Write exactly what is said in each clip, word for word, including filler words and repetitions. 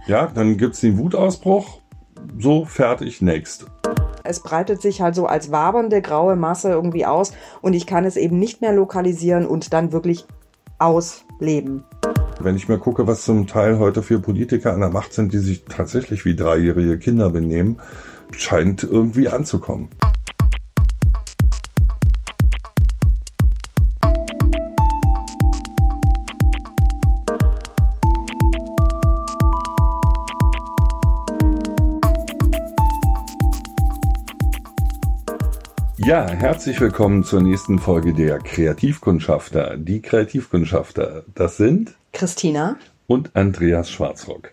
Ja, dann gibt's den Wutausbruch, so, fertig, next. Es breitet sich halt so als wabernde graue Masse irgendwie aus und ich kann es eben nicht mehr lokalisieren und dann wirklich ausleben. Wenn ich mir gucke, was zum Teil heute für Politiker an der Macht sind, die sich tatsächlich wie dreijährige Kinder benehmen, scheint irgendwie anzukommen. Ja, herzlich willkommen zur nächsten Folge der Kreativkundschafter. Die Kreativkundschafter, das sind Christina und Andreas Schwarzrock.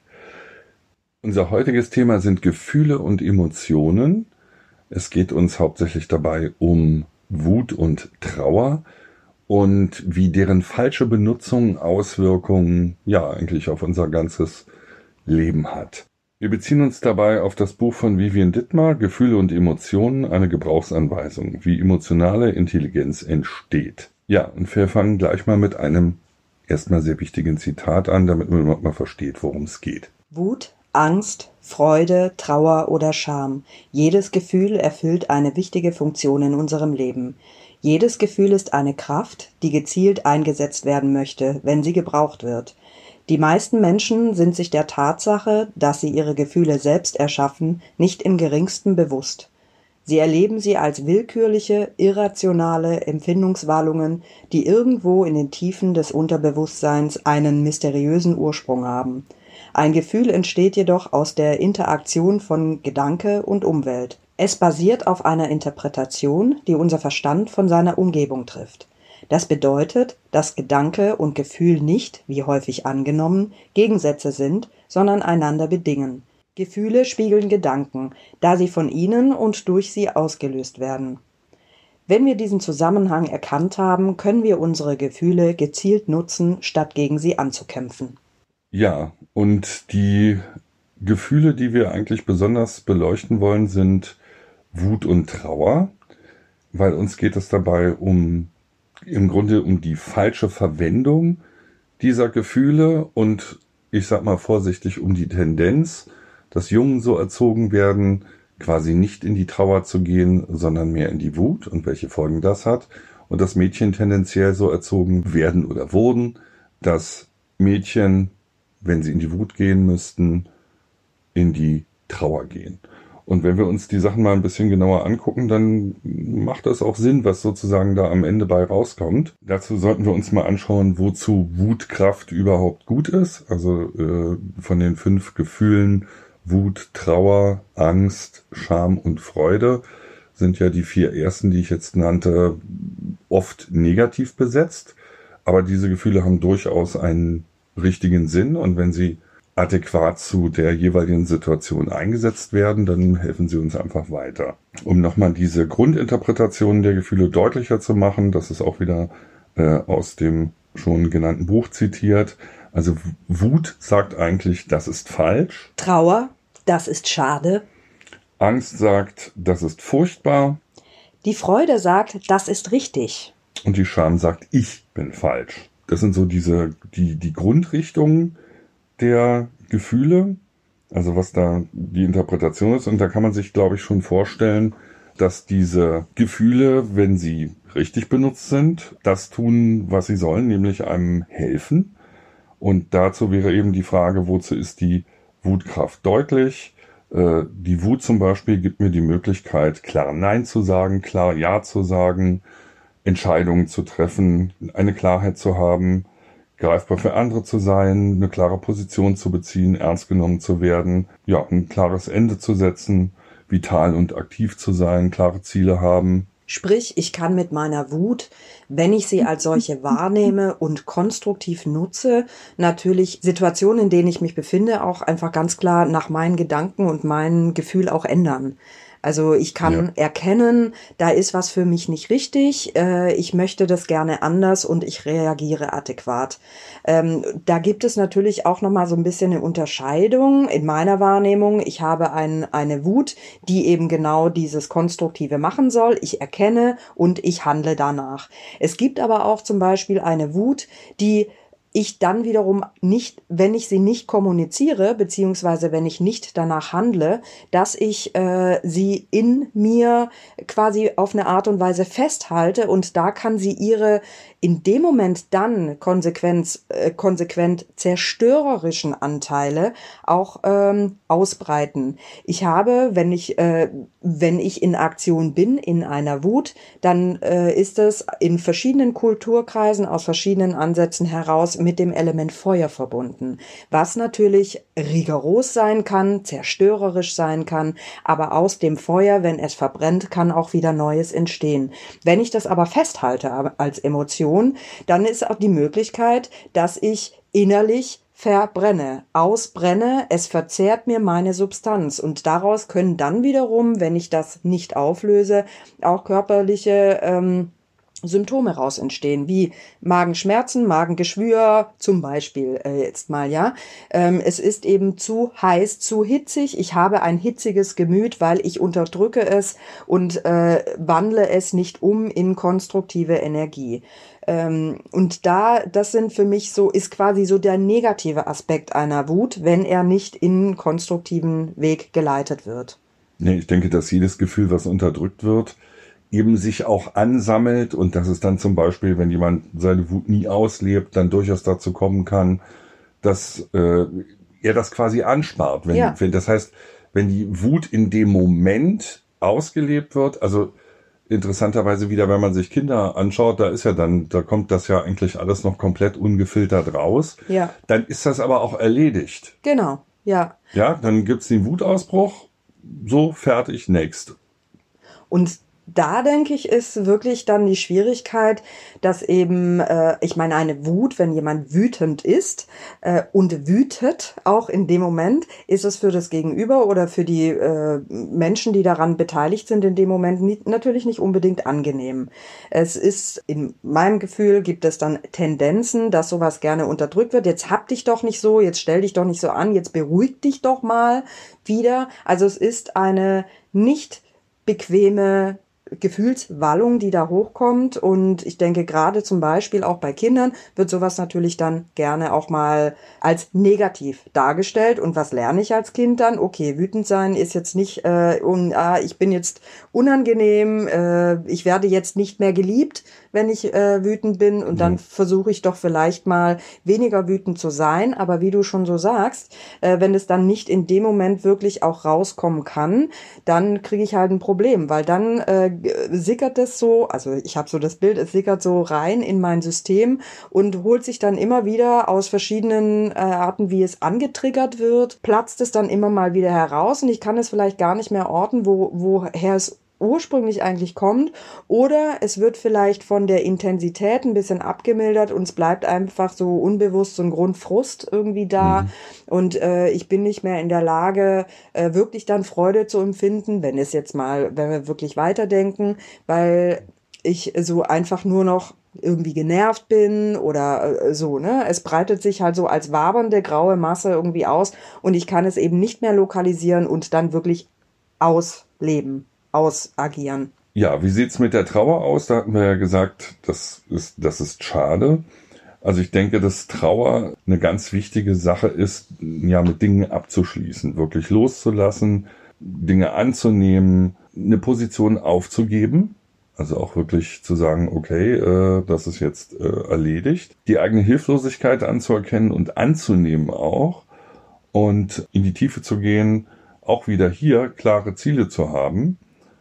Unser heutiges Thema sind Gefühle und Emotionen. Es geht uns hauptsächlich dabei um Wut und Trauer und wie deren falsche Benutzung Auswirkungen ja eigentlich auf unser ganzes Leben hat. Wir beziehen uns dabei auf das Buch von Vivian Dittmar, Gefühle und Emotionen, eine Gebrauchsanweisung, wie emotionale Intelligenz entsteht. Ja, und wir fangen gleich mal mit einem erstmal sehr wichtigen Zitat an, damit man überhaupt mal versteht, worum es geht. Wut, Angst, Freude, Trauer oder Scham. Jedes Gefühl erfüllt eine wichtige Funktion in unserem Leben. Jedes Gefühl ist eine Kraft, die gezielt eingesetzt werden möchte, wenn sie gebraucht wird. Die meisten Menschen sind sich der Tatsache, dass sie ihre Gefühle selbst erschaffen, nicht im geringsten bewusst. Sie erleben sie als willkürliche, irrationale Empfindungswallungen, die irgendwo in den Tiefen des Unterbewusstseins einen mysteriösen Ursprung haben. Ein Gefühl entsteht jedoch aus der Interaktion von Gedanke und Umwelt. Es basiert auf einer Interpretation, die unser Verstand von seiner Umgebung trifft. Das bedeutet, dass Gedanke und Gefühl nicht, wie häufig angenommen, Gegensätze sind, sondern einander bedingen. Gefühle spiegeln Gedanken, da sie von ihnen und durch sie ausgelöst werden. Wenn wir diesen Zusammenhang erkannt haben, können wir unsere Gefühle gezielt nutzen, statt gegen sie anzukämpfen. Ja, und die Gefühle, die wir eigentlich besonders beleuchten wollen, sind Wut und Trauer, weil uns geht es dabei um im Grunde um die falsche Verwendung dieser Gefühle und ich sag mal vorsichtig um die Tendenz, dass Jungen so erzogen werden, quasi nicht in die Trauer zu gehen, sondern mehr in die Wut und welche Folgen das hat. Und dass Mädchen tendenziell so erzogen werden oder wurden, dass Mädchen, wenn sie in die Wut gehen müssten, in die Trauer gehen. Und wenn wir uns die Sachen mal ein bisschen genauer angucken, dann macht das auch Sinn, was sozusagen da am Ende bei rauskommt. Dazu sollten wir uns mal anschauen, wozu Wutkraft überhaupt gut ist. Also äh, von den fünf Gefühlen Wut, Trauer, Angst, Scham und Freude sind ja die vier ersten, die ich jetzt nannte, oft negativ besetzt. Aber diese Gefühle haben durchaus einen richtigen Sinn und wenn sie adäquat zu der jeweiligen Situation eingesetzt werden, dann helfen sie uns einfach weiter. Um nochmal diese Grundinterpretation der Gefühle deutlicher zu machen, das ist auch wieder äh, aus dem schon genannten Buch zitiert. Also Wut sagt eigentlich, das ist falsch. Trauer, das ist schade. Angst sagt, das ist furchtbar. Die Freude sagt, das ist richtig. Und die Scham sagt, ich bin falsch. Das sind so diese die die Grundrichtungen der Gefühle, also was da die Interpretation ist. Und da kann man sich, glaube ich, schon vorstellen, dass diese Gefühle, wenn sie richtig benutzt sind, das tun, was sie sollen, nämlich einem helfen. Und dazu wäre eben die Frage, wozu ist die Wutkraft deutlich? Äh, die Wut zum Beispiel gibt mir die Möglichkeit, klar Nein zu sagen, klar Ja zu sagen, Entscheidungen zu treffen, eine Klarheit zu haben, greifbar für andere zu sein, eine klare Position zu beziehen, ernst genommen zu werden, ja, ein klares Ende zu setzen, vital und aktiv zu sein, klare Ziele haben. Sprich, ich kann mit meiner Wut, wenn ich sie als solche wahrnehme und konstruktiv nutze, natürlich Situationen, in denen ich mich befinde, auch einfach ganz klar nach meinen Gedanken und meinem Gefühl auch ändern. Also ich kann ja. erkennen, da ist was für mich nicht richtig, äh, ich möchte das gerne anders und ich reagiere adäquat. Ähm, da gibt es natürlich auch nochmal so ein bisschen eine Unterscheidung in meiner Wahrnehmung. Ich habe ein, eine Wut, die eben genau dieses Konstruktive machen soll. Ich erkenne und ich handle danach. Es gibt aber auch zum Beispiel eine Wut, die ich dann wiederum nicht, wenn ich sie nicht kommuniziere, beziehungsweise wenn ich nicht danach handle, dass ich äh, sie in mir quasi auf eine Art und Weise festhalte, und da kann sie ihre in dem Moment dann konsequent, äh, konsequent zerstörerischen Anteile auch ähm, ausbreiten. Ich habe, wenn ich, äh, wenn ich in Aktion bin, in einer Wut, dann äh, ist es in verschiedenen Kulturkreisen aus verschiedenen Ansätzen heraus mit dem Element Feuer verbunden, was natürlich rigoros sein kann, zerstörerisch sein kann, aber aus dem Feuer, wenn es verbrennt, kann auch wieder Neues entstehen. Wenn ich das aber festhalte als Emotion, dann ist auch die Möglichkeit, dass ich innerlich verbrenne, ausbrenne, es verzehrt mir meine Substanz, und daraus können dann wiederum, wenn ich das nicht auflöse, auch körperliche ähm, Symptome raus entstehen, wie Magenschmerzen, Magengeschwür zum Beispiel äh, jetzt mal, ja. Ähm, es ist eben zu heiß, zu hitzig. Ich habe ein hitziges Gemüt, weil ich unterdrücke es und äh, wandle es nicht um in konstruktive Energie. Ähm, und da, das sind für mich so, ist quasi so der negative Aspekt einer Wut, wenn er nicht in konstruktiven Weg geleitet wird. Nee, ich denke, dass jedes Gefühl, was unterdrückt wird, eben sich auch ansammelt, und dass es dann zum Beispiel, wenn jemand seine Wut nie auslebt, dann durchaus dazu kommen kann, dass äh, er das quasi anspart. Wenn, Ja. wenn, das heißt, wenn die Wut in dem Moment ausgelebt wird, also interessanterweise wieder, wenn man sich Kinder anschaut, da ist ja dann, da kommt das ja eigentlich alles noch komplett ungefiltert raus. Ja. Dann ist das aber auch erledigt. Genau, ja. Ja, dann gibt's den Wutausbruch, so, fertig, next. Und da, denke ich, ist wirklich dann die Schwierigkeit, dass eben, äh, ich meine, eine Wut, wenn jemand wütend ist äh, und wütet, auch in dem Moment, ist es für das Gegenüber oder für die äh, Menschen, die daran beteiligt sind, in dem Moment nicht, natürlich nicht unbedingt angenehm. Es ist, in meinem Gefühl, gibt es dann Tendenzen, dass sowas gerne unterdrückt wird. Jetzt hab dich doch nicht so, jetzt stell dich doch nicht so an, jetzt beruhig dich doch mal wieder. Also es ist eine nicht bequeme Gefühlswallung, die da hochkommt, und ich denke, gerade zum Beispiel auch bei Kindern wird sowas natürlich dann gerne auch mal als negativ dargestellt. Und was lerne ich als Kind dann? Okay, wütend sein ist jetzt nicht, äh, und, ah, ich bin jetzt unangenehm, äh, ich werde jetzt nicht mehr geliebt, wenn ich äh, wütend bin, und dann mhm. versuche ich doch vielleicht mal weniger wütend zu sein. Aber wie du schon so sagst, äh, wenn es dann nicht in dem Moment wirklich auch rauskommen kann, dann kriege ich halt ein Problem, weil dann äh, sickert es so, also ich habe so das Bild, es sickert so rein in mein System und holt sich dann immer wieder aus verschiedenen äh, Arten, wie es angetriggert wird, platzt es dann immer mal wieder heraus, und ich kann es vielleicht gar nicht mehr orten, wo, woher es ursprünglich eigentlich kommt, oder es wird vielleicht von der Intensität ein bisschen abgemildert und es bleibt einfach so unbewusst so ein Grundfrust irgendwie da, mhm. und äh, ich bin nicht mehr in der Lage, äh, wirklich dann Freude zu empfinden, wenn es jetzt mal, wenn wir wirklich weiterdenken, weil ich so einfach nur noch irgendwie genervt bin oder äh, so, ne? Es breitet sich halt so als wabernde graue Masse irgendwie aus, und ich kann es eben nicht mehr lokalisieren und dann wirklich ausleben, ausagieren. Ja, wie sieht's mit der Trauer aus? Da hatten wir ja gesagt, das ist, das ist schade. Also ich denke, dass Trauer eine ganz wichtige Sache ist, ja, mit Dingen abzuschließen, wirklich loszulassen, Dinge anzunehmen, eine Position aufzugeben. Also auch wirklich zu sagen, okay, äh, das ist jetzt äh, erledigt. Die eigene Hilflosigkeit anzuerkennen und anzunehmen auch. Und in die Tiefe zu gehen, auch wieder hier klare Ziele zu haben.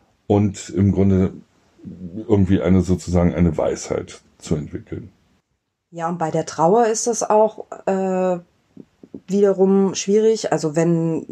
Und im Grunde irgendwie eine sozusagen eine Weisheit zu entwickeln. Ja, und bei der Trauer ist das auch äh, wiederum schwierig. Also wenn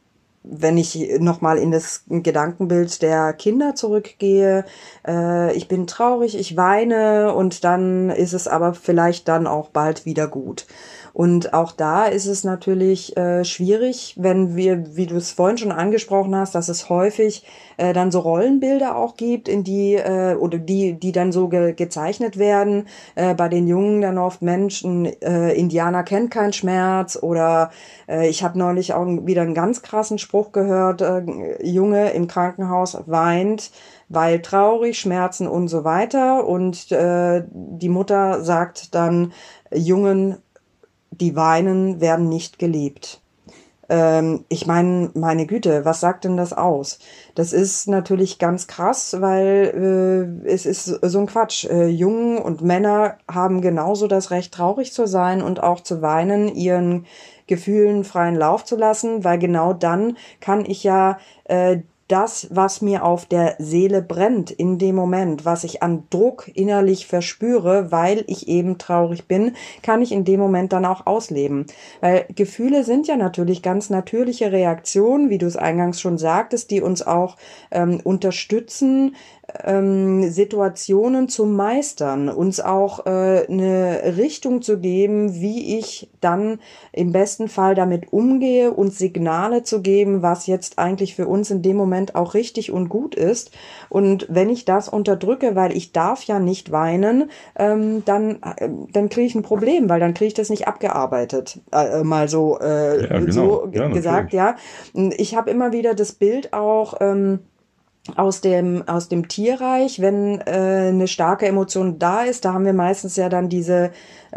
wenn ich nochmal in das Gedankenbild der Kinder zurückgehe, äh, ich bin traurig, ich weine, und dann ist es aber vielleicht dann auch bald wieder gut. Und auch da ist es natürlich äh, schwierig, wenn wir, wie du es vorhin schon angesprochen hast, dass es häufig äh, dann so Rollenbilder auch gibt, in die äh, oder die die dann so ge- gezeichnet werden. Äh, bei den Jungen dann oft Menschen, äh, Indianer kennt keinen Schmerz, oder äh, ich habe neulich auch wieder einen ganz krassen Spruch gehört, äh, Junge im Krankenhaus weint, weil traurig, Schmerzen und so weiter, und äh, die Mutter sagt dann, Jungen die weinen, werden nicht geliebt. Ähm, ich meine, meine Güte, was sagt denn das aus? Das ist natürlich ganz krass, weil äh, es ist so ein Quatsch. Äh, Jungen und Männer haben genauso das Recht, traurig zu sein und auch zu weinen, ihren Gefühlen freien Lauf zu lassen, weil genau dann kann ich ja äh, das, was mir auf der Seele brennt in dem Moment, was ich an Druck innerlich verspüre, weil ich eben traurig bin, kann ich in dem Moment dann auch ausleben. Weil Gefühle sind ja natürlich ganz natürliche Reaktionen, wie du es eingangs schon sagtest, die uns auch ähm, unterstützen, ähm, Situationen zu meistern, uns auch äh, eine Richtung zu geben, wie ich dann im besten Fall damit umgehe und Signale zu geben, was jetzt eigentlich für uns in dem Moment auch richtig und gut ist. Und wenn ich das unterdrücke, weil ich darf ja nicht weinen, ähm, dann, äh, dann kriege ich ein Problem, weil dann kriege ich das nicht abgearbeitet. Äh, mal so, äh, Ja, genau. so Ja, gesagt, ja. Ich habe immer wieder das Bild auch, ähm, aus dem aus dem Tierreich, wenn äh, eine starke Emotion da ist, da haben wir meistens ja dann diese,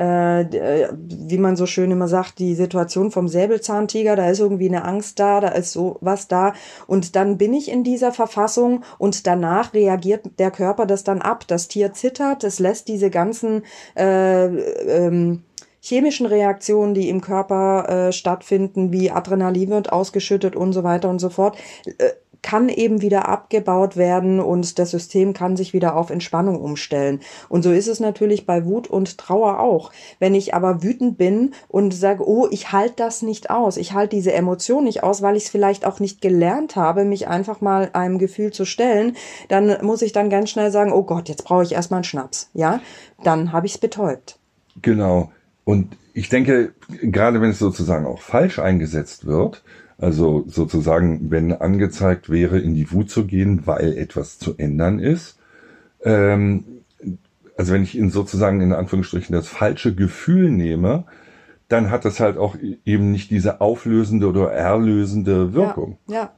äh, wie man so schön immer sagt, die Situation vom Säbelzahntiger, da ist irgendwie eine Angst da, da ist so was da und dann bin ich in dieser Verfassung und danach reagiert der Körper das dann ab. Das Tier zittert, es lässt diese ganzen äh, ähm, chemischen Reaktionen, die im Körper äh, stattfinden, wie Adrenalin wird ausgeschüttet und so weiter und so fort, äh, kann eben wieder abgebaut werden und das System kann sich wieder auf Entspannung umstellen. Und so ist es natürlich bei Wut und Trauer auch. Wenn ich aber wütend bin und sage, oh, ich halte das nicht aus, ich halte diese Emotion nicht aus, weil ich es vielleicht auch nicht gelernt habe, mich einfach mal einem Gefühl zu stellen, dann muss ich dann ganz schnell sagen, oh Gott, jetzt brauche ich erstmal einen Schnaps. Ja, dann habe ich es betäubt. Genau. Und ich denke, gerade wenn es sozusagen auch falsch eingesetzt wird, also sozusagen, wenn angezeigt wäre, in die Wut zu gehen, weil etwas zu ändern ist, ähm, also wenn ich in sozusagen in Anführungsstrichen das falsche Gefühl nehme, dann hat das halt auch eben nicht diese auflösende oder erlösende Wirkung. Ja, ja.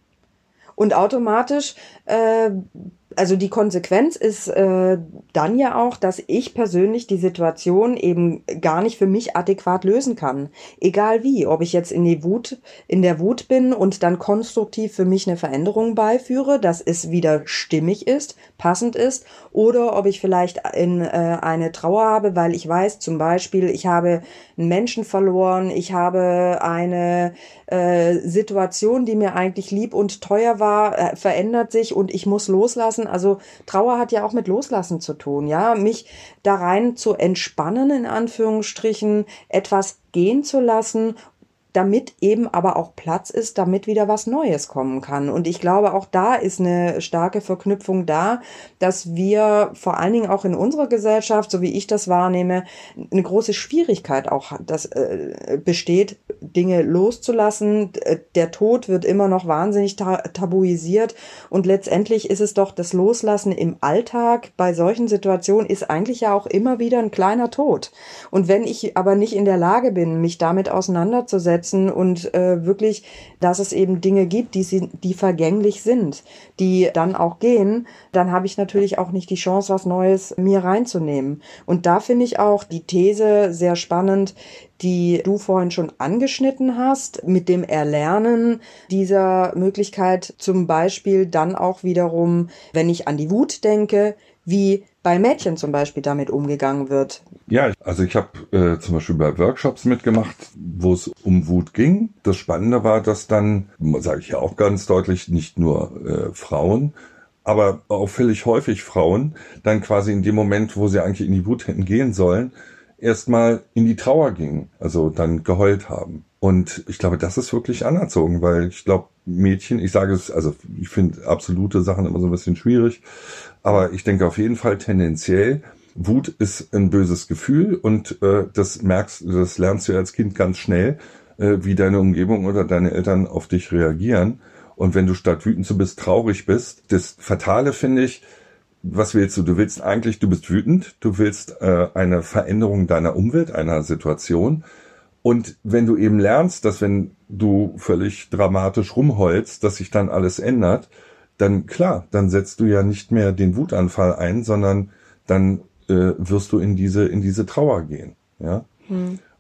Und automatisch, äh, also die Konsequenz ist äh, dann ja auch, dass ich persönlich die Situation eben gar nicht für mich adäquat lösen kann. Egal wie, ob ich jetzt in die Wut, in der Wut bin und dann konstruktiv für mich eine Veränderung beiführe, dass es wieder stimmig ist, passend ist, oder ob ich vielleicht in äh, eine Trauer habe, weil ich weiß, zum Beispiel, ich habe einen Menschen verloren, ich habe eine äh, Situation, die mir eigentlich lieb und teuer war, äh, verändert sich und ich muss loslassen. Also Trauer hat ja auch mit Loslassen zu tun, ja, mich da rein zu entspannen, in Anführungsstrichen, etwas gehen zu lassen, damit eben aber auch Platz ist, damit wieder was Neues kommen kann. Und ich glaube, auch da ist eine starke Verknüpfung da, dass wir vor allen Dingen auch in unserer Gesellschaft, so wie ich das wahrnehme, eine große Schwierigkeit auch das, äh, besteht, Dinge loszulassen. Der Tod wird immer noch wahnsinnig ta- tabuisiert und letztendlich ist es doch das Loslassen im Alltag bei solchen Situationen ist eigentlich ja auch immer wieder ein kleiner Tod. Und wenn ich aber nicht in der Lage bin, mich damit auseinanderzusetzen, und äh, wirklich, dass es eben Dinge gibt, die, sie, die vergänglich sind, die dann auch gehen, dann habe ich natürlich auch nicht die Chance, was Neues mir reinzunehmen. Und da finde ich auch die These sehr spannend, die du vorhin schon angeschnitten hast, mit dem Erlernen dieser Möglichkeit, zum Beispiel dann auch wiederum, wenn ich an die Wut denke, wie bei Mädchen zum Beispiel damit umgegangen wird. Ja, also ich habe äh, zum Beispiel bei Workshops mitgemacht, wo es um Wut ging. Das Spannende war, dass dann, sage ich ja auch ganz deutlich, nicht nur äh, Frauen, aber auffällig häufig Frauen, dann quasi in dem Moment, wo sie eigentlich in die Wut hätten gehen sollen, erstmal in die Trauer gingen, also dann geheult haben. Und ich glaube, das ist wirklich anerzogen, weil ich glaube, Mädchen, ich sage es, also ich finde absolute Sachen immer so ein bisschen schwierig, aber ich denke auf jeden Fall tendenziell, Wut ist ein böses Gefühl und äh, das merkst, das lernst du als Kind ganz schnell, äh, wie deine Umgebung oder deine Eltern auf dich reagieren. Und wenn du statt wütend zu bist, traurig bist, das Fatale finde ich, was willst du? Du willst eigentlich, du bist wütend, du willst äh, eine Veränderung deiner Umwelt, einer Situation. Und wenn du eben lernst, dass wenn du völlig dramatisch rumheulst, dass sich dann alles ändert, dann klar, dann setzt du ja nicht mehr den Wutanfall ein, sondern dann äh, wirst du in diese in diese Trauer gehen, ja. Hm.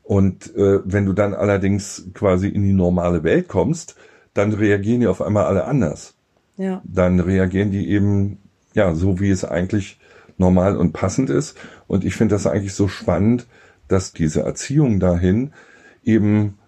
Und äh, wenn du dann allerdings quasi in die normale Welt kommst, dann reagieren die auf einmal alle anders. Ja. Dann reagieren die eben, ja, so wie es eigentlich normal und passend ist. Und ich finde das eigentlich so spannend, dass diese Erziehung dahin eben,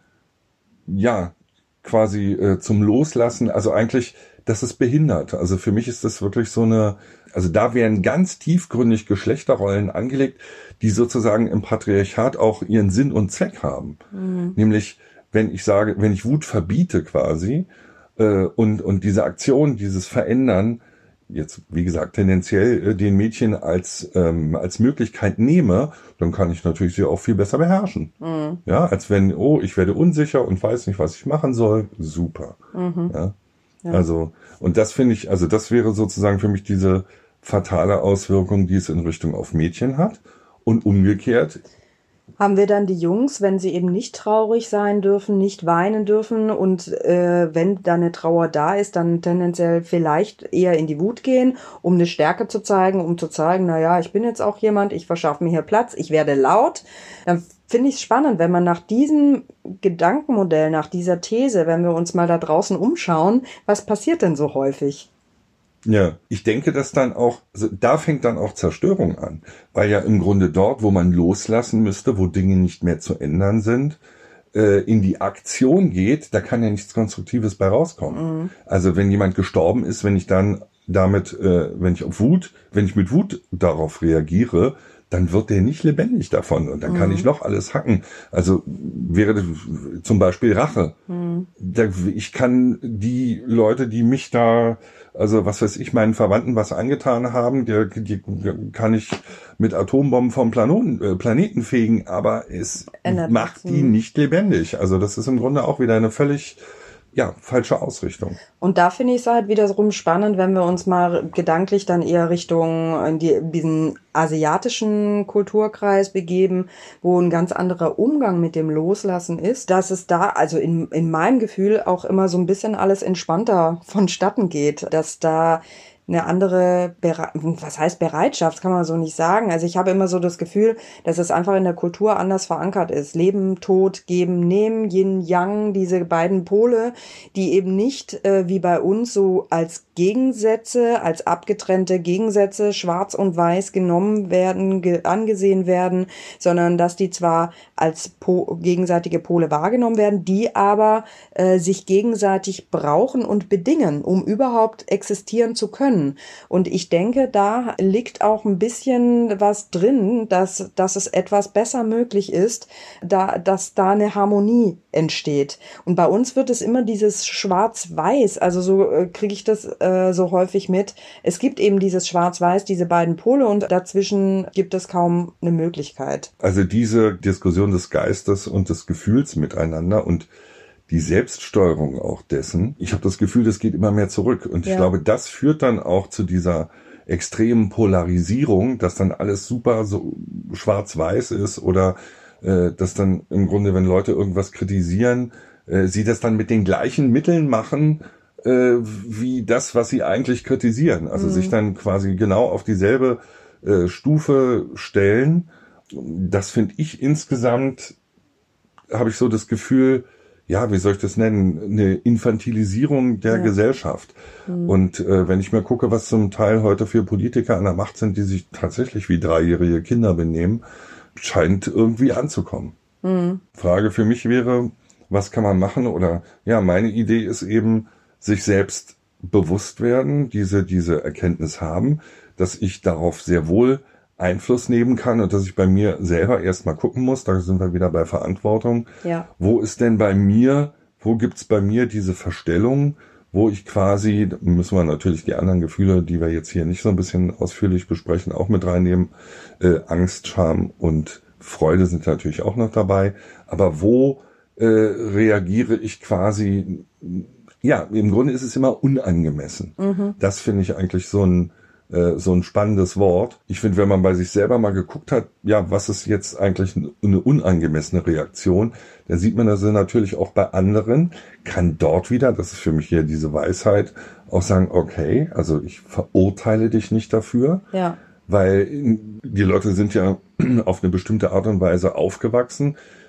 ja, quasi äh, zum Loslassen, also eigentlich, das ist behindert. Also für mich ist das wirklich so eine, also da werden ganz tiefgründig Geschlechterrollen angelegt, die sozusagen im Patriarchat auch ihren Sinn und Zweck haben. Mhm. Nämlich, wenn ich sage, wenn ich Wut verbiete quasi äh, und und diese Aktion, dieses Verändern, jetzt wie gesagt tendenziell äh, den Mädchen als ähm, als Möglichkeit nehme, dann kann ich natürlich sie auch viel besser beherrschen. Mhm. Ja, als wenn, oh, ich werde unsicher und weiß nicht, was ich machen soll. Super. Mhm. Ja? Ja. Also, und das finde ich, also das wäre sozusagen für mich diese fatale Auswirkung, die es in Richtung auf Mädchen hat. Und umgekehrt haben wir dann die Jungs, wenn sie eben nicht traurig sein dürfen, nicht weinen dürfen und äh, wenn da eine Trauer da ist, dann tendenziell vielleicht eher in die Wut gehen, um eine Stärke zu zeigen, um zu zeigen, naja, ich bin jetzt auch jemand, ich verschaffe mir hier Platz, ich werde laut. Dann finde ich es spannend, wenn man nach diesem Gedankenmodell, nach dieser These, wenn wir uns mal da draußen umschauen, was passiert denn so häufig? Ja, ich denke, dass dann auch, also da fängt dann auch Zerstörung an, weil ja im Grunde dort, wo man loslassen müsste, wo Dinge nicht mehr zu ändern sind, äh, in die Aktion geht, da kann ja nichts Konstruktives bei rauskommen. Mhm. Also wenn jemand gestorben ist, wenn ich dann damit, äh, wenn ich auf Wut, wenn ich mit Wut darauf reagiere, dann wird der nicht lebendig davon und dann kann mhm. ich noch alles hacken. Also wäre zum Beispiel Rache. Mhm. Da, ich kann die Leute, die mich da, also was weiß ich, meinen Verwandten was angetan haben, die, die kann ich mit Atombomben vom Planeten, äh, Planeten fegen, aber es Ändert macht die nicht lebendig. Also das ist im Grunde auch wieder eine völlig ja, falsche Ausrichtung. Und da finde ich es halt wiederum spannend, wenn wir uns mal gedanklich dann eher Richtung in die, diesen asiatischen Kulturkreis begeben, wo ein ganz anderer Umgang mit dem Loslassen ist, dass es da, also in, in meinem Gefühl auch immer so ein bisschen alles entspannter vonstatten geht, dass da eine andere, Bere- was heißt Bereitschaft, kann man so nicht sagen. Also ich habe immer so das Gefühl, dass es einfach in der Kultur anders verankert ist. Leben, Tod, Geben, Nehmen, Yin, Yang, diese beiden Pole, die eben nicht äh, wie bei uns so als Gegensätze, als abgetrennte Gegensätze, schwarz und weiß genommen werden, ge- angesehen werden, sondern dass die zwar als po- gegenseitige Pole wahrgenommen werden, die aber äh, sich gegenseitig brauchen und bedingen, um überhaupt existieren zu können. Und ich denke, da liegt auch ein bisschen was drin, dass, dass es etwas besser möglich ist, da, dass da eine Harmonie entsteht. Und bei uns wird es immer dieses Schwarz-Weiß, also so äh, kriege ich das äh, so häufig mit. Es gibt eben dieses Schwarz-Weiß, diese beiden Pole und dazwischen gibt es kaum eine Möglichkeit. Also diese Diskussion des Geistes und des Gefühls miteinander und die Selbststeuerung auch dessen, ich habe das Gefühl, das geht immer mehr zurück. Und ich ja. glaube, das führt dann auch zu dieser extremen Polarisierung, dass dann alles super so schwarz-weiß ist oder äh, dass dann im Grunde, wenn Leute irgendwas kritisieren, äh, sie das dann mit den gleichen Mitteln machen, äh, wie das, was sie eigentlich kritisieren. Also mhm. sich dann quasi genau auf dieselbe äh, Stufe stellen. Das finde ich insgesamt, habe ich so das Gefühl, ja, wie soll ich das nennen, eine Infantilisierung der ja. Gesellschaft. Mhm. Und äh, wenn ich mir gucke, was zum Teil heute für Politiker an der Macht sind, die sich tatsächlich wie dreijährige Kinder benehmen, scheint irgendwie anzukommen. Mhm. Frage für mich wäre, was kann man machen? Oder ja, meine Idee ist eben, sich selbst bewusst werden, diese diese Erkenntnis haben, dass ich darauf sehr wohl Einfluss nehmen kann und dass ich bei mir selber erstmal gucken muss, da sind wir wieder bei Verantwortung. Ja. Wo ist denn bei mir, wo gibt's bei mir diese Verstellung, wo ich quasi, da müssen wir natürlich die anderen Gefühle, die wir jetzt hier nicht so ein bisschen ausführlich besprechen, auch mit reinnehmen. Äh, Angst, Scham und Freude sind natürlich auch noch dabei. Aber wo äh, reagiere ich quasi, ja, im Grunde ist es immer unangemessen. Mhm. Das finde ich eigentlich so ein so ein spannendes Wort. Ich finde, wenn man bei sich selber mal geguckt hat, ja, was ist jetzt eigentlich eine unangemessene Reaktion, dann sieht man das natürlich auch bei anderen, kann dort wieder, das ist für mich hier diese Weisheit, auch sagen, okay, also ich verurteile dich nicht dafür, ja. weil die Leute sind ja auf eine bestimmte Art und Weise aufgewachsen.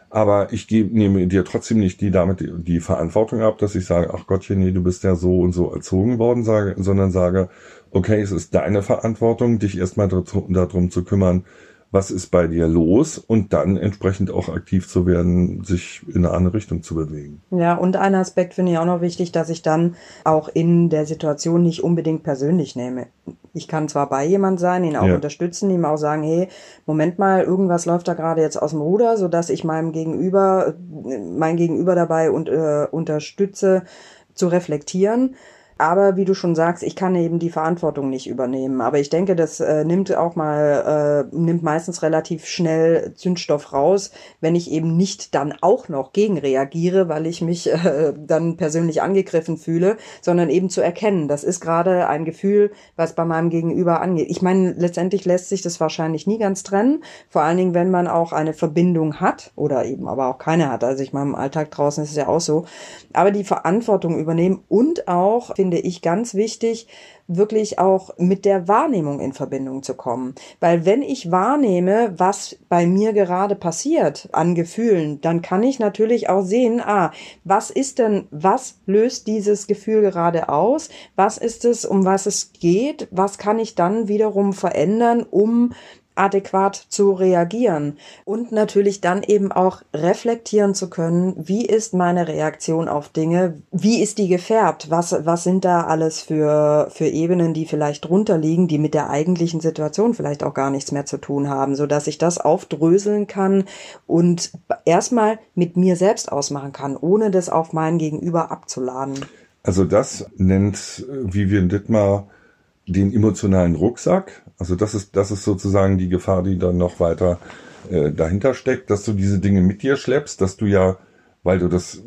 Aber ich gebe, nehme dir trotzdem nicht die damit die, die Verantwortung ab, dass ich sage, ach Gottchen, nee, du bist ja so und so erzogen worden, sage, sondern sage, okay, es ist deine Verantwortung, dich erstmal darum zu kümmern, was ist bei dir los und dann entsprechend auch aktiv zu werden, sich in eine andere Richtung zu bewegen. Ja, und ein Aspekt finde ich auch noch wichtig, dass ich dann auch in der Situation nicht unbedingt persönlich nehme. Ich kann zwar bei jemand sein, ihn auch ja. unterstützen, ihm auch sagen, hey, Moment mal, irgendwas läuft da gerade jetzt aus dem Ruder, sodass ich meinem Gegenüber, mein Gegenüber dabei und, äh, unterstütze, zu reflektieren. Aber wie du schon sagst, ich kann eben die Verantwortung nicht übernehmen. Aber ich denke, das äh, nimmt auch mal, äh, nimmt meistens relativ schnell Zündstoff raus, wenn ich eben nicht dann auch noch gegenreagiere, weil ich mich äh, dann persönlich angegriffen fühle, sondern eben zu erkennen, das ist gerade ein Gefühl, was bei meinem Gegenüber angeht. Ich meine, letztendlich lässt sich das wahrscheinlich nie ganz trennen, vor allen Dingen, wenn man auch eine Verbindung hat oder eben aber auch keine hat. Also ich meine, im Alltag draußen ist es ja auch so. Aber die Verantwortung übernehmen und auch, finde ich ganz wichtig, wirklich auch mit der Wahrnehmung in Verbindung zu kommen. Weil wenn ich wahrnehme, was bei mir gerade passiert an Gefühlen, dann kann ich natürlich auch sehen, ah, was ist denn, was löst dieses Gefühl gerade aus? Was ist es, um was es geht? Was kann ich dann wiederum verändern, um adäquat zu reagieren und natürlich dann eben auch reflektieren zu können, wie ist meine Reaktion auf Dinge, wie ist die gefärbt, was, was sind da alles für, für Ebenen, die vielleicht drunter liegen, die mit der eigentlichen Situation vielleicht auch gar nichts mehr zu tun haben, sodass ich das aufdröseln kann und erstmal mit mir selbst ausmachen kann, ohne das auf mein Gegenüber abzuladen. Also das nennt Vivian Dittmar den emotionalen Rucksack. Also das ist, das ist sozusagen die Gefahr, die dann noch weiter äh, dahinter steckt, dass du diese Dinge mit dir schleppst, dass du ja, weil du das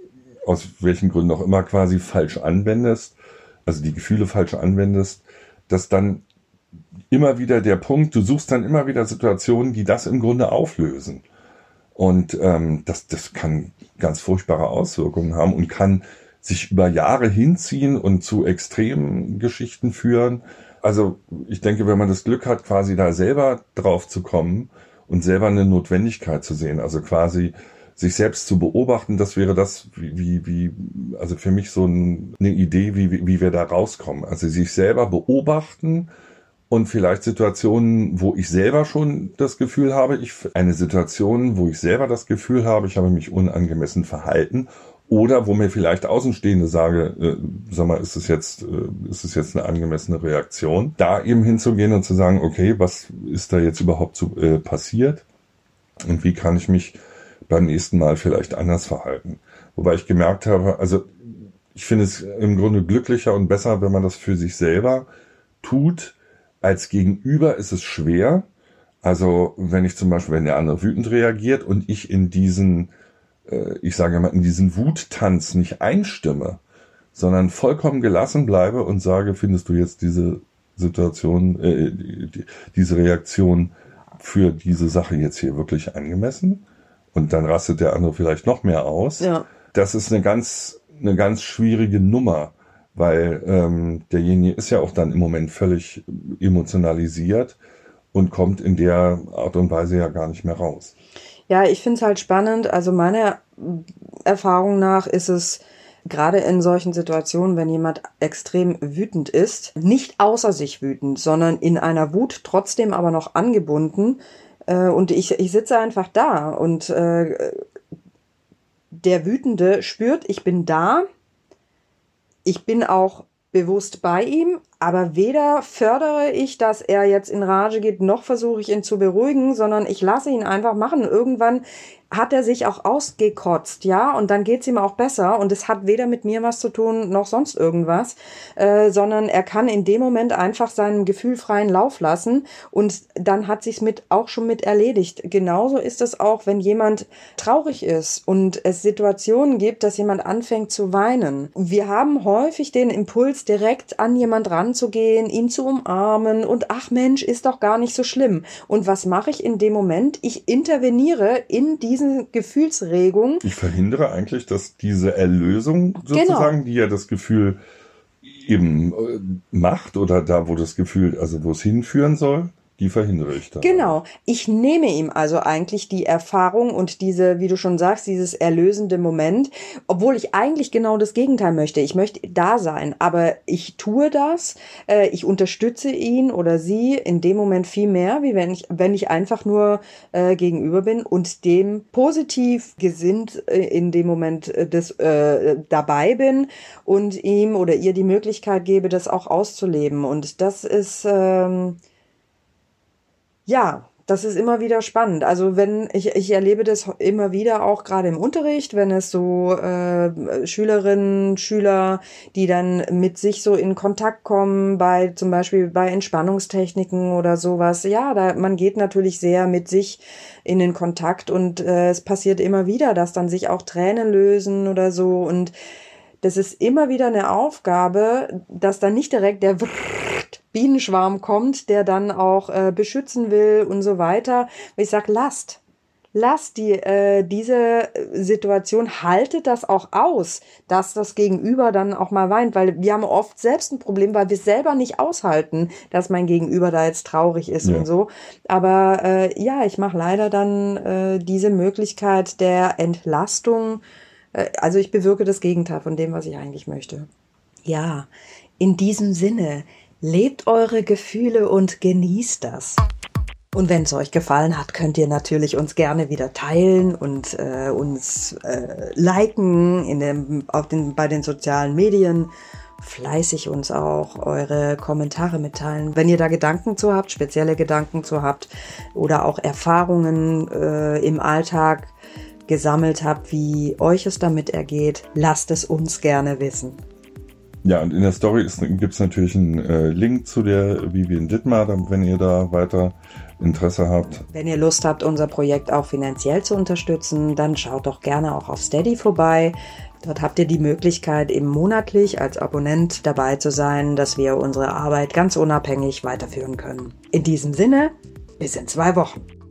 aus welchen Gründen auch immer quasi falsch anwendest, also die Gefühle falsch anwendest, dass dann immer wieder der Punkt, du suchst dann immer wieder Situationen, die das im Grunde auflösen. Und ähm, das, das kann ganz furchtbare Auswirkungen haben und kann sich über Jahre hinziehen und zu extremen Geschichten führen. Also ich denke, wenn man das Glück hat, quasi da selber drauf zu kommen und selber eine Notwendigkeit zu sehen, also quasi sich selbst zu beobachten, das wäre das, wie, wie, wie also für mich so ein, eine Idee, wie, wie wir da rauskommen. Also sich selber beobachten und vielleicht Situationen, wo ich selber schon das Gefühl habe, ich eine Situation, wo ich selber das Gefühl habe, ich habe mich unangemessen verhalten. Oder wo mir vielleicht Außenstehende sage, äh, sag mal, ist es jetzt, äh, ist es jetzt eine angemessene Reaktion? Da eben hinzugehen und zu sagen, okay, was ist da jetzt überhaupt so, äh, passiert? Und wie kann ich mich beim nächsten Mal vielleicht anders verhalten? Wobei ich gemerkt habe, also ich finde es im Grunde glücklicher und besser, wenn man das für sich selber tut. Als Gegenüber ist es schwer. Also wenn ich zum Beispiel, wenn der andere wütend reagiert und ich in diesen ich sage mal, in diesen Wuttanz nicht einstimme, sondern vollkommen gelassen bleibe und sage, findest du jetzt diese Situation, äh, die, diese Reaktion für diese Sache jetzt hier wirklich angemessen? Und dann rastet der andere vielleicht noch mehr aus. Ja. Das ist eine ganz, eine ganz schwierige Nummer, weil ähm, derjenige ist ja auch dann im Moment völlig emotionalisiert und kommt in der Art und Weise ja gar nicht mehr raus. Ja, ich finde es halt spannend. Also meiner Erfahrung nach ist es gerade in solchen Situationen, wenn jemand extrem wütend ist, nicht außer sich wütend, sondern in einer Wut trotzdem aber noch angebunden. Äh, und ich, ich sitze einfach da und äh, der Wütende spürt, ich bin da. Ich bin auch bewusst bei ihm, aber weder fördere ich, dass er jetzt in Rage geht, noch versuche ich ihn zu beruhigen, sondern ich lasse ihn einfach machen. Irgendwann hat er sich auch ausgekotzt, ja, und dann geht's ihm auch besser und es hat weder mit mir was zu tun, noch sonst irgendwas, äh, sondern er kann in dem Moment einfach seinen gefühlfreien Lauf lassen und dann hat sich's mit auch schon mit erledigt. Genauso ist es auch, wenn jemand traurig ist und es Situationen gibt, dass jemand anfängt zu weinen. Wir haben häufig den Impuls, direkt an jemand ranzugehen, ihn zu umarmen und ach Mensch, ist doch gar nicht so schlimm. Und was mache ich in dem Moment? Ich interveniere in diesen Gefühlsregung. Ich verhindere eigentlich, dass diese Erlösung sozusagen, genau, die ja das Gefühl eben macht oder da, wo das Gefühl, also wo es hinführen soll, die verhindere ich dann. Genau. Ich nehme ihm also eigentlich die Erfahrung und diese, wie du schon sagst, dieses erlösende Moment, obwohl ich eigentlich genau das Gegenteil möchte. Ich möchte da sein, aber ich tue das, äh, ich unterstütze ihn oder sie in dem Moment viel mehr, wie wenn ich, wenn ich einfach nur äh, gegenüber bin und dem positiv gesinnt äh, in dem Moment äh, des, äh, dabei bin und ihm oder ihr die Möglichkeit gebe, das auch auszuleben. Und das ist... Ähm, Ja, das ist immer wieder spannend. Also wenn ich, ich erlebe das immer wieder auch gerade im Unterricht, wenn es so äh, Schülerinnen, Schüler, die dann mit sich so in Kontakt kommen, bei zum Beispiel bei Entspannungstechniken oder sowas. Ja, da man geht natürlich sehr mit sich in den Kontakt und äh, es passiert immer wieder, dass dann sich auch Tränen lösen oder so. Und das ist immer wieder eine Aufgabe, dass dann nicht direkt der Bienenschwarm kommt, der dann auch äh, beschützen will und so weiter. Ich sag, lasst, lasst die, äh, diese Situation, haltet das auch aus, dass das Gegenüber dann auch mal weint, weil wir haben oft selbst ein Problem, weil wir selber nicht aushalten, dass mein Gegenüber da jetzt traurig ist ja. und so. Aber äh, ja, ich mache leider dann äh, diese Möglichkeit der Entlastung. Äh, also ich bewirke das Gegenteil von dem, was ich eigentlich möchte. Ja, in diesem Sinne, lebt eure Gefühle und genießt das. Und wenn es euch gefallen hat, könnt ihr natürlich uns gerne wieder teilen und äh, uns äh, liken in dem, auf den, bei den sozialen Medien. Fleißig uns auch eure Kommentare mitteilen. Wenn ihr da Gedanken zu habt, spezielle Gedanken zu habt oder auch Erfahrungen äh, im Alltag gesammelt habt, wie euch es damit ergeht, lasst es uns gerne wissen. Ja, und in der Story gibt es natürlich einen äh, Link zu der Vivian Dittmar, wenn ihr da weiter Interesse habt. Wenn ihr Lust habt, unser Projekt auch finanziell zu unterstützen, dann schaut doch gerne auch auf Steady vorbei. Dort habt ihr die Möglichkeit, eben monatlich als Abonnent dabei zu sein, dass wir unsere Arbeit ganz unabhängig weiterführen können. In diesem Sinne, bis in zwei Wochen.